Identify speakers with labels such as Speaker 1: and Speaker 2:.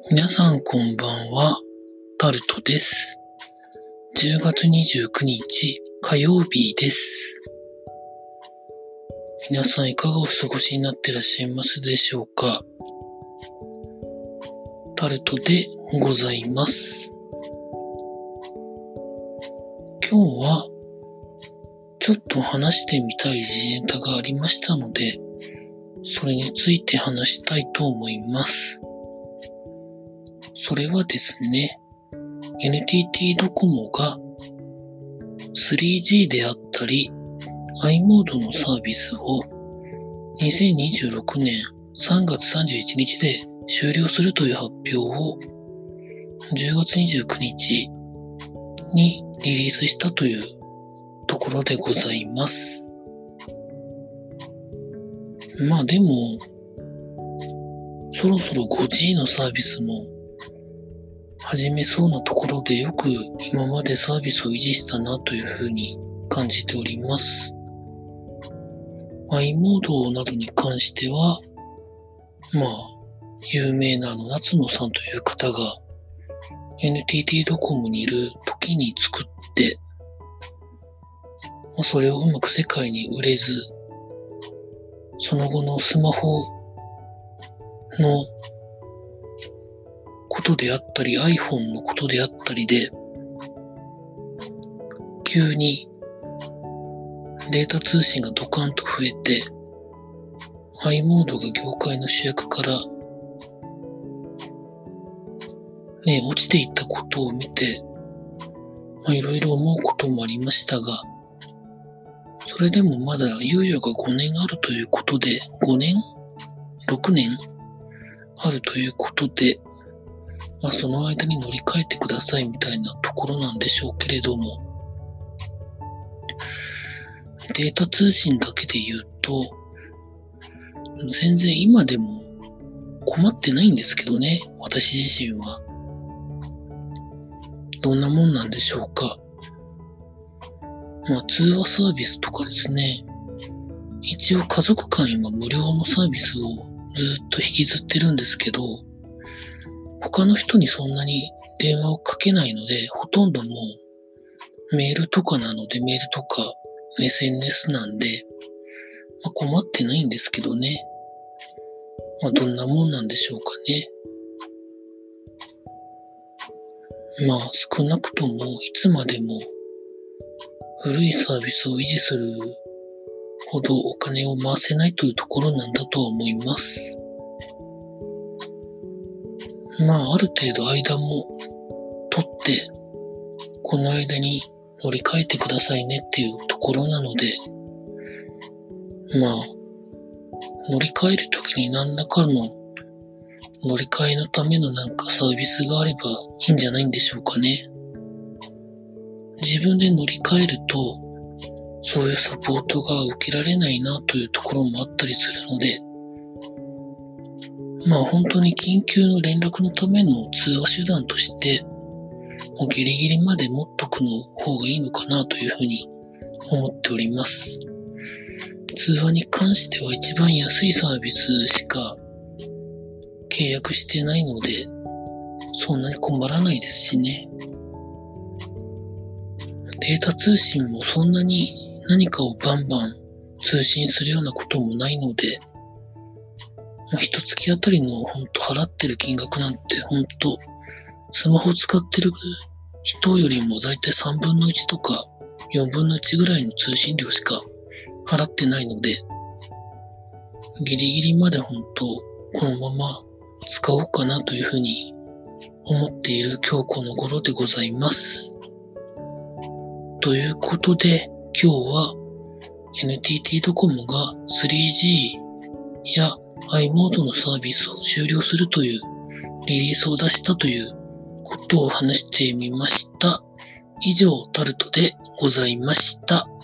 Speaker 1: 皆さんこんばんは、タルトです。10月29日火曜日です。皆さんいかがお過ごしになっていらっしゃいますでしょうか。タルトでございます。今日はちょっと話してみたい事ネタがありましたので、それについて話したいと思います。それはですね、NTT ドコモが 3G であったり i モードのサービスを2026年3月31日で終了するという発表を10月29日にリリースしたというところでございます。まあでも、そろそろ 5G のサービスも始めそうなところでよく今までサービスを維持したなというふうに感じております。i モードなどに関しては、有名な夏野さんという方が NTT ドコモにいる時に作って、それをうまく世界に売れず、その後のスマホのことであったり iPhone のことであったりで急にデータ通信がドカンと増えて i モードが業界の主役から落ちていったことを見ていろいろ思うこともありましたが、それでもまだ猶予が5年あるということで、5年 ?6 年あるということで、その間に乗り換えてくださいみたいなところなんでしょうけれども、データ通信だけで言うと、全然今でも困ってないんですけどね、私自身は。どんなもんなんでしょうか。通話サービスとかですね、一応家族間今無料のサービスをずっと引きずってるんですけど、他の人にそんなに電話をかけないので、ほとんどもうメールとかなので、メールとか SNS なんで、困ってないんですけどね。どんなもんなんでしょうかね。少なくともいつまでも古いサービスを維持するほどお金を回せないというところなんだとは思います。ある程度間も取って、この間に乗り換えてくださいねっていうところなので、乗り換えるときに何らかの乗り換えのためのサービスがあればいいんじゃないんでしょうかね。自分で乗り換えると、そういうサポートが受けられないなというところもあったりするので、本当に緊急の連絡のための通話手段として、もうギリギリまで持っとくの方がいいのかなというふうに思っております。通話に関しては一番安いサービスしか契約してないので、そんなに困らないですしね。データ通信もそんなに何かをバンバン通信するようなこともないので、一月あたりの払ってる金額なんてスマホを使ってる人よりもだいたい3分の1とか4分の1ぐらいの通信料しか払ってないので、ギリギリまでこのまま使おうかなというふうに思っている今日この頃でございます。ということで今日は NTT ドコモが 3G や i モードのサービスを終了するというリリースを出したということを話してみました。以上、タルトでございました。